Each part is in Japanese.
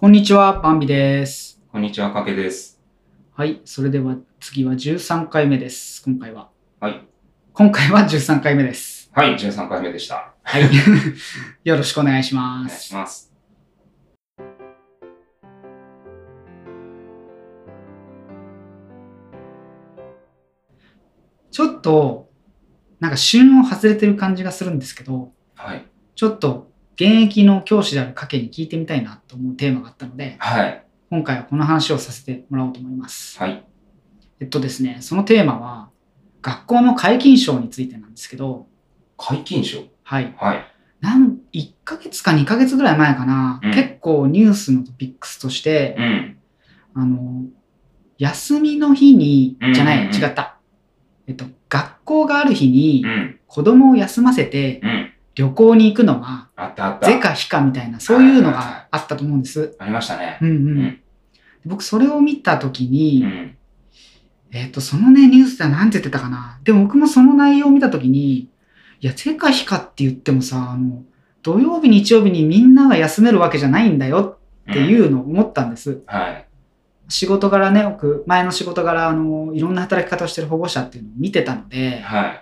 こんにちは、バンビです。 こんにちは、かけです。 はい、それでは次は13回目です。今回は13回目です。 はい、13回目でした。 はい。よろしくお願いしまお願いしす。 ます。 ちょっと、旬を外れてる感じがするんですけど、 はい。 ちょっと現役の教師であるかけに聞いてみたいなと思うテーマがあったので、 はい。 今回はこの話をさせてもらおうと思います。 はい。 ですね、そのテーマは、学校の皆勤賞についてなんですけど、 皆勤賞。 はい。 はい。 1ヶ月か2ヶ月ぐらい前かな、結構ニュースのトピックスとして、休みの日に、違った。学校がある日に子供を休ませて旅行に行くのが、是か非かみたいな、そういうのがあったと思うんです。 ありましたね。 僕それを見たときに、そのね、ニュースでは何て言ってたかな。でも僕もその内容を見たときに、いや、是か非かって言ってもさ、土曜日、日曜日にみんなが休めるわけじゃないんだよっていうのを思ったんです。 はい。 仕事柄ね、僕、前の仕事柄、いろんな働き方をしてる保護者っていうのを見てたので、 はい。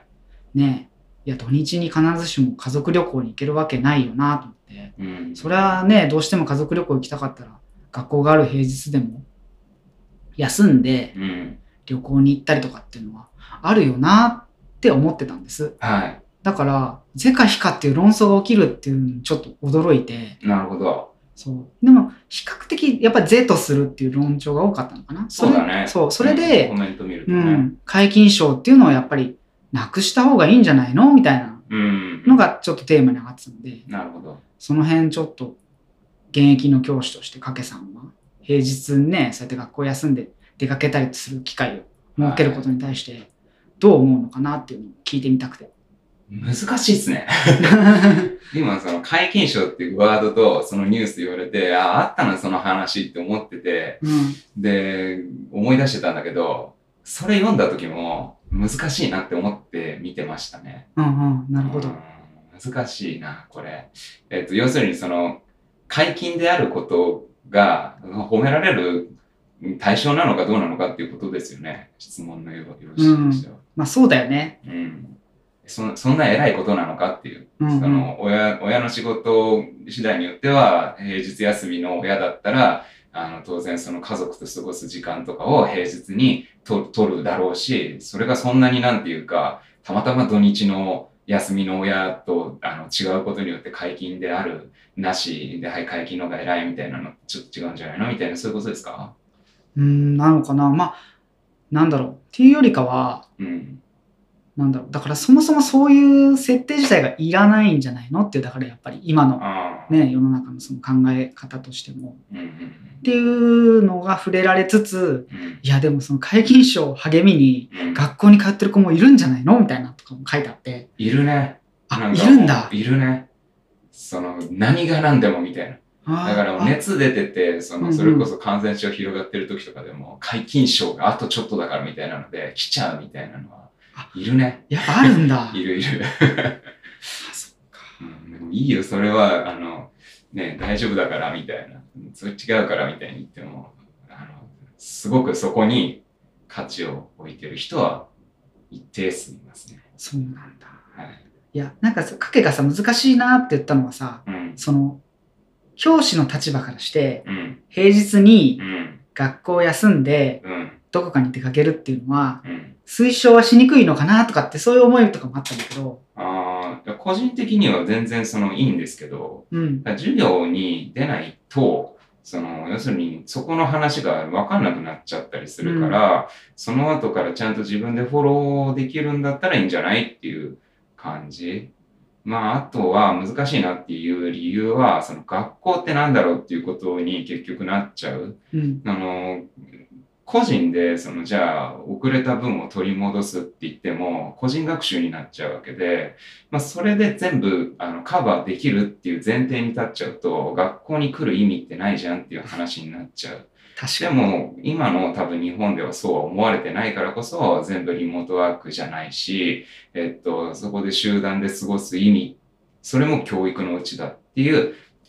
ね、いや、土日に必ずしも家族旅行に行けるわけないよなと思って、それはね、どうしても家族旅行行きたかったら、学校がある平日でも休んで旅行に行ったりとかっていうのはあるよなって思ってたんです。 はい。 だから、是か非かっていう論争が起きるっていうのにちょっと驚いて。 なるほど。 そう。でも、比較的、やっぱり是とするっていう論調が多かったのかな。 そうだね。 そう。それで、 コメント見るとね。 皆勤賞っていうのはやっぱりなくした方がいいんじゃないのみたいなのがちょっとテーマに上がってたので。 なるほど。 その辺ちょっと、現役の教師としてかけさんは、平日にね、そうやって学校休んで出かけたりする機会を設けることに対して、どう思うのかなっていうのを聞いてみたくて。 難しいっすね。今、その、皆勤賞っていうワードと、そのニュース言われて、あったな、その話って思ってて、で、思い出してたんだけど、それ読んだ時も、難しいなって思って見てましたね。 なるほど。 難しいな、これ。要するに、その、皆勤であることが褒められる対象なのかどうなのかっていうことですよね。質問のよろしいでしょう。 まあそうだよね。 そんな偉いことなのかっていう。その親の仕事次第によっては、平日休みの親だったら、当然その家族と過ごす時間とかを平日に取るだろうし、それがそんなになんていうか、たまたま土日の休みの親と違うことによって皆勤であるなしで、はい、皆勤の方が偉いみたいなのちょっと違うんじゃないのみたいな、そういうことですか？ なのかな。まあ、なんだろう。っていうよりかは、なんだろう。だからそもそもそういう設定自体がいらないんじゃないのっていう、だからやっぱり今のね、世の中のその考え方としても。っていうのが触れられつつ、いやでもその皆勤賞を励みに学校に通ってる子もいるんじゃないのみたいなとかも書いてあって。 いるね。 あ、いるんだ。 いるね。その、何が何でもみたいな。だから熱出てて、それこそ感染症広がってる時とかでも、皆勤賞があとちょっとだからみたいなので、来ちゃうみたいなのは、いるね。 やっぱあるんだ。 いる。 そっか。 でもいいよ、それは、ね、大丈夫だからみたいな。それ違うからみたいに言っても、すごくそこに価値を置いてる人は一定数いますね。 そうなんだ。はい。いや、かけがさ、難しいなって言ったのはさ、その、教師の立場からして、平日に学校を休んで、どこかに出かけるっていうのは、推奨はしにくいのかなとかって、そういう思いとかもあったんだけど。 個人的には全然いいんですけど、授業に出ないと、要するにそこの話が分かんなくなっちゃったりするから、その後からちゃんと自分でフォローできるんだったらいいんじゃないっていう感じ。まあ、あとは難しいなっていう理由は、学校ってなんだろうっていうことに結局なっちゃう。個人で、じゃあ、遅れた分を取り戻すって言っても、個人学習になっちゃうわけで、まあ、それで全部、カバーできるっていう前提に立っちゃうと、学校に来る意味ってないじゃんっていう話になっちゃう。でも、今の多分日本ではそうは思われてないからこそ、全部リモートワークじゃないし、そこで集団で過ごす意味、それも教育のうちだっていう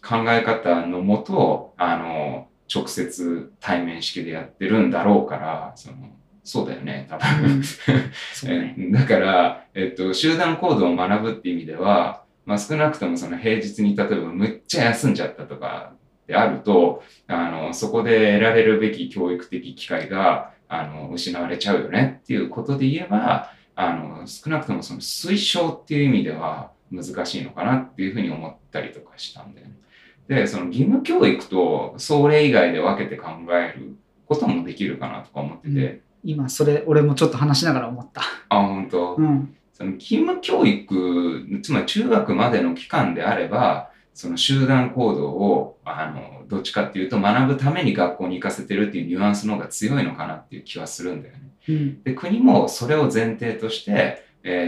考え方のもと、直接対面式でやってるんだろうから、そうだよね、多分。ね、だから、集団行動を学ぶっていう意味では、まあ、少なくともその平日に例えばむっちゃ休んじゃったとかであると、そこで得られるべき教育的機会が、失われちゃうよねっていうことで言えば、少なくともその推奨っていう意味では難しいのかなっていうふうに思ったりとかしたんだよね。で、その義務教育とそれ以外で分けて考えることもできるかなとか思ってて。 今それ俺もちょっと話しながら思った。 本当。その義務教育、つまり中学までの期間であれば、その集団行動を、どっちかっていうと学ぶために学校に行かせてるっていうニュアンスの方が強いのかなっていう気はするんだよね。で、国もそれを前提として、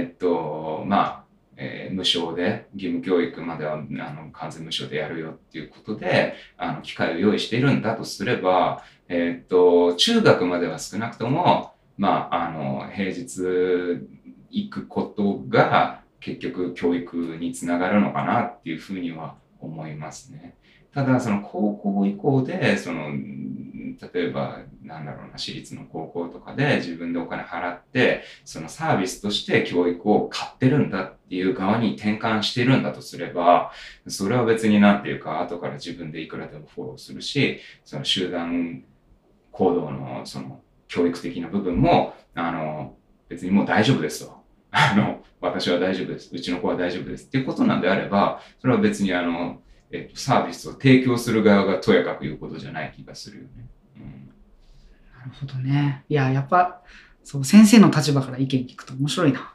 無償で義務教育までは完全無償でやるよっていうことで機会を用意しているんだとすれば、中学までは少なくとも、平日行くことが結局教育につながるのかなっていうふうには思いますね。ただその高校以降で例えば私立の高校とかで自分でお金払ってそのサービスとして教育を買ってるんだっていう側に転換してるんだとすれば、それは別に後から自分でいくらでもフォローするし、その集団行動のその教育的な部分も別にもう大丈夫ですと。私は大丈夫です。うちの子は大丈夫です。っていうことなんであれば、それは別にサービスを提供する側がとやかく言うことじゃない気がするよね。 なるほどね。いや、やっぱ、そう、先生の立場から意見聞くと面白いな。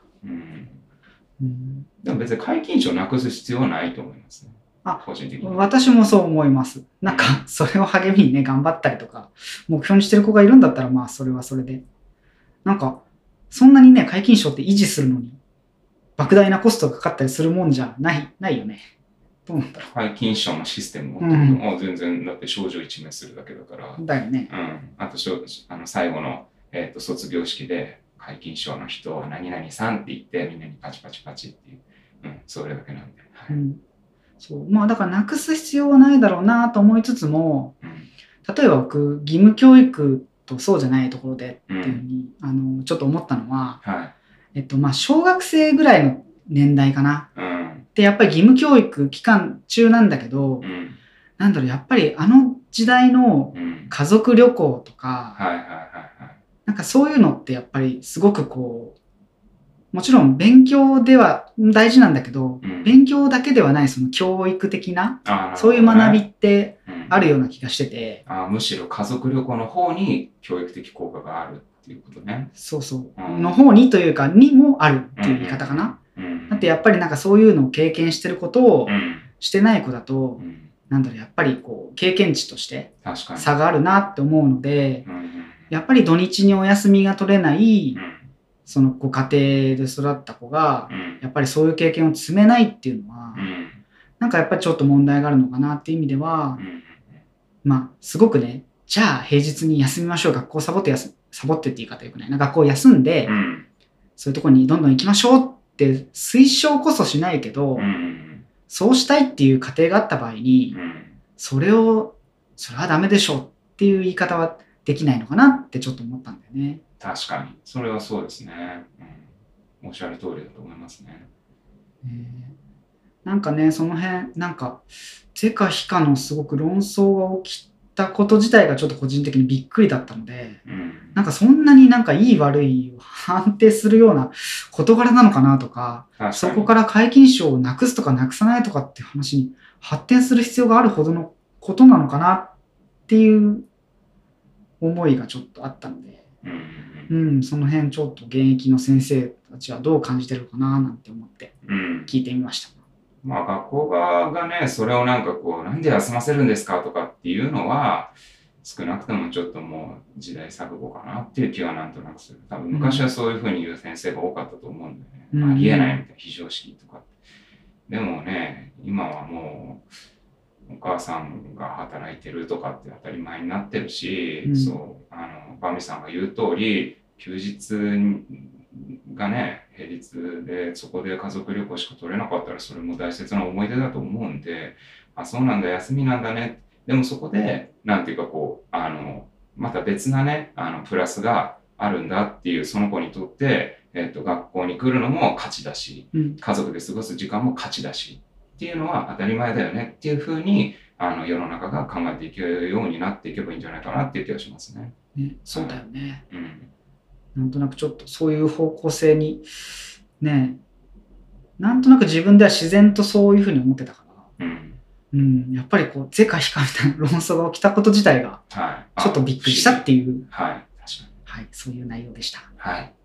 でも別に皆勤賞をなくす必要はないと思いますね。個人的に。 私もそう思います。なんか、それを励みにね、頑張ったりとか、目標にしてる子がいるんだったら、まあ、それはそれで。なんか、そんなにね、皆勤賞って維持するのに、莫大なコストがかかったりするもんじゃないよね。どうなんだろう。 皆勤賞のシステムを、全然、だって症状一名するだけだから。 だよね。 あと、最後の、卒業式で、皆勤賞の人は何々さんって言って、みんなにパチパチパチっていう。それだけなんで。 そう。まあ、だからなくす必要はないだろうなと思いつつも、例えば僕、義務教育とそうじゃないところでっていうふうに、ちょっと思ったのは、小学生ぐらいの年代かな。で、やっぱり義務教育期間中なんだけど、やっぱりあの時代の家族旅行とか、なんかそういうのってやっぱりすごくもちろん勉強では大事なんだけど、勉強だけではないその教育的な、そういう学びってあるような気がしてて。 むしろ家族旅行の方に教育的効果があるっていうことね。 そうそう。の方にというか、にもあるっていう言い方かな。だってやっぱりなんかそういうのを経験してることをしてない子だと、やっぱり経験値として差があるなって思うので、やっぱり土日にお休みが取れない、その家庭で育った子が、やっぱりそういう経験を積めないっていうのは、なんかやっぱりちょっと問題があるのかなっていう意味では、すごくね、じゃあ平日に休みましょう、学校サボってって言い方よくないな、学校休んで、そういうところにどんどん行きましょうって推奨こそしないけど、そうしたいっていう過程があった場合に、それはダメでしょっていう言い方はできないのかなってちょっと思ったんだよね。 確かに。それはそうですね。おっしゃる通りだと思いますね。 なんかね、その辺、是か非かのすごく論争が起きたこと自体がちょっと個人的にびっくりだったので、そんなにいい悪いを判定するような事柄なのかなとか、そこから皆勤賞をなくすとかなくさないとかっていう話に発展する必要があるほどのことなのかなっていう思いがちょっとあったので、その辺ちょっと現役の先生たちはどう感じてるかななんて思って聞いてみました。 学校側がね、それをなんで休ませるんですかとかっていうのは、少なくともちょっともう時代錯誤かなっていう気はなんとなくする。多分昔はそういうふうに言う先生が多かったと思うんだよね。ありえないみたいな、非常識とか。でもね、今はもう、お母さんが働いてるとかって当たり前になってるし、バミさんが言う通り、休日がね、平日でそこで家族旅行しか取れなかったらそれも大切な思い出だと思うんで、 あ、そうなんだ、休みなんだね。でもそこで、なんていうかこう、また別なね、プラスがあるんだっていう、その子にとって、学校に来るのも価値だし、家族で過ごす時間も価値だし、っていうのは当たり前だよねっていうふうに、世の中が考えていけるようになっていけばいいんじゃないかなっていう気がしますね。 そうだよね。なんとなくちょっとそういう方向性に、ね、なんとなく自分では自然とそういうふうに思ってたから、やっぱりこう、是か非かみたいな論争が起きたこと自体が、ちょっとびっくりしたっていう、 はい、確かに。 はい、そういう内容でした。 はい。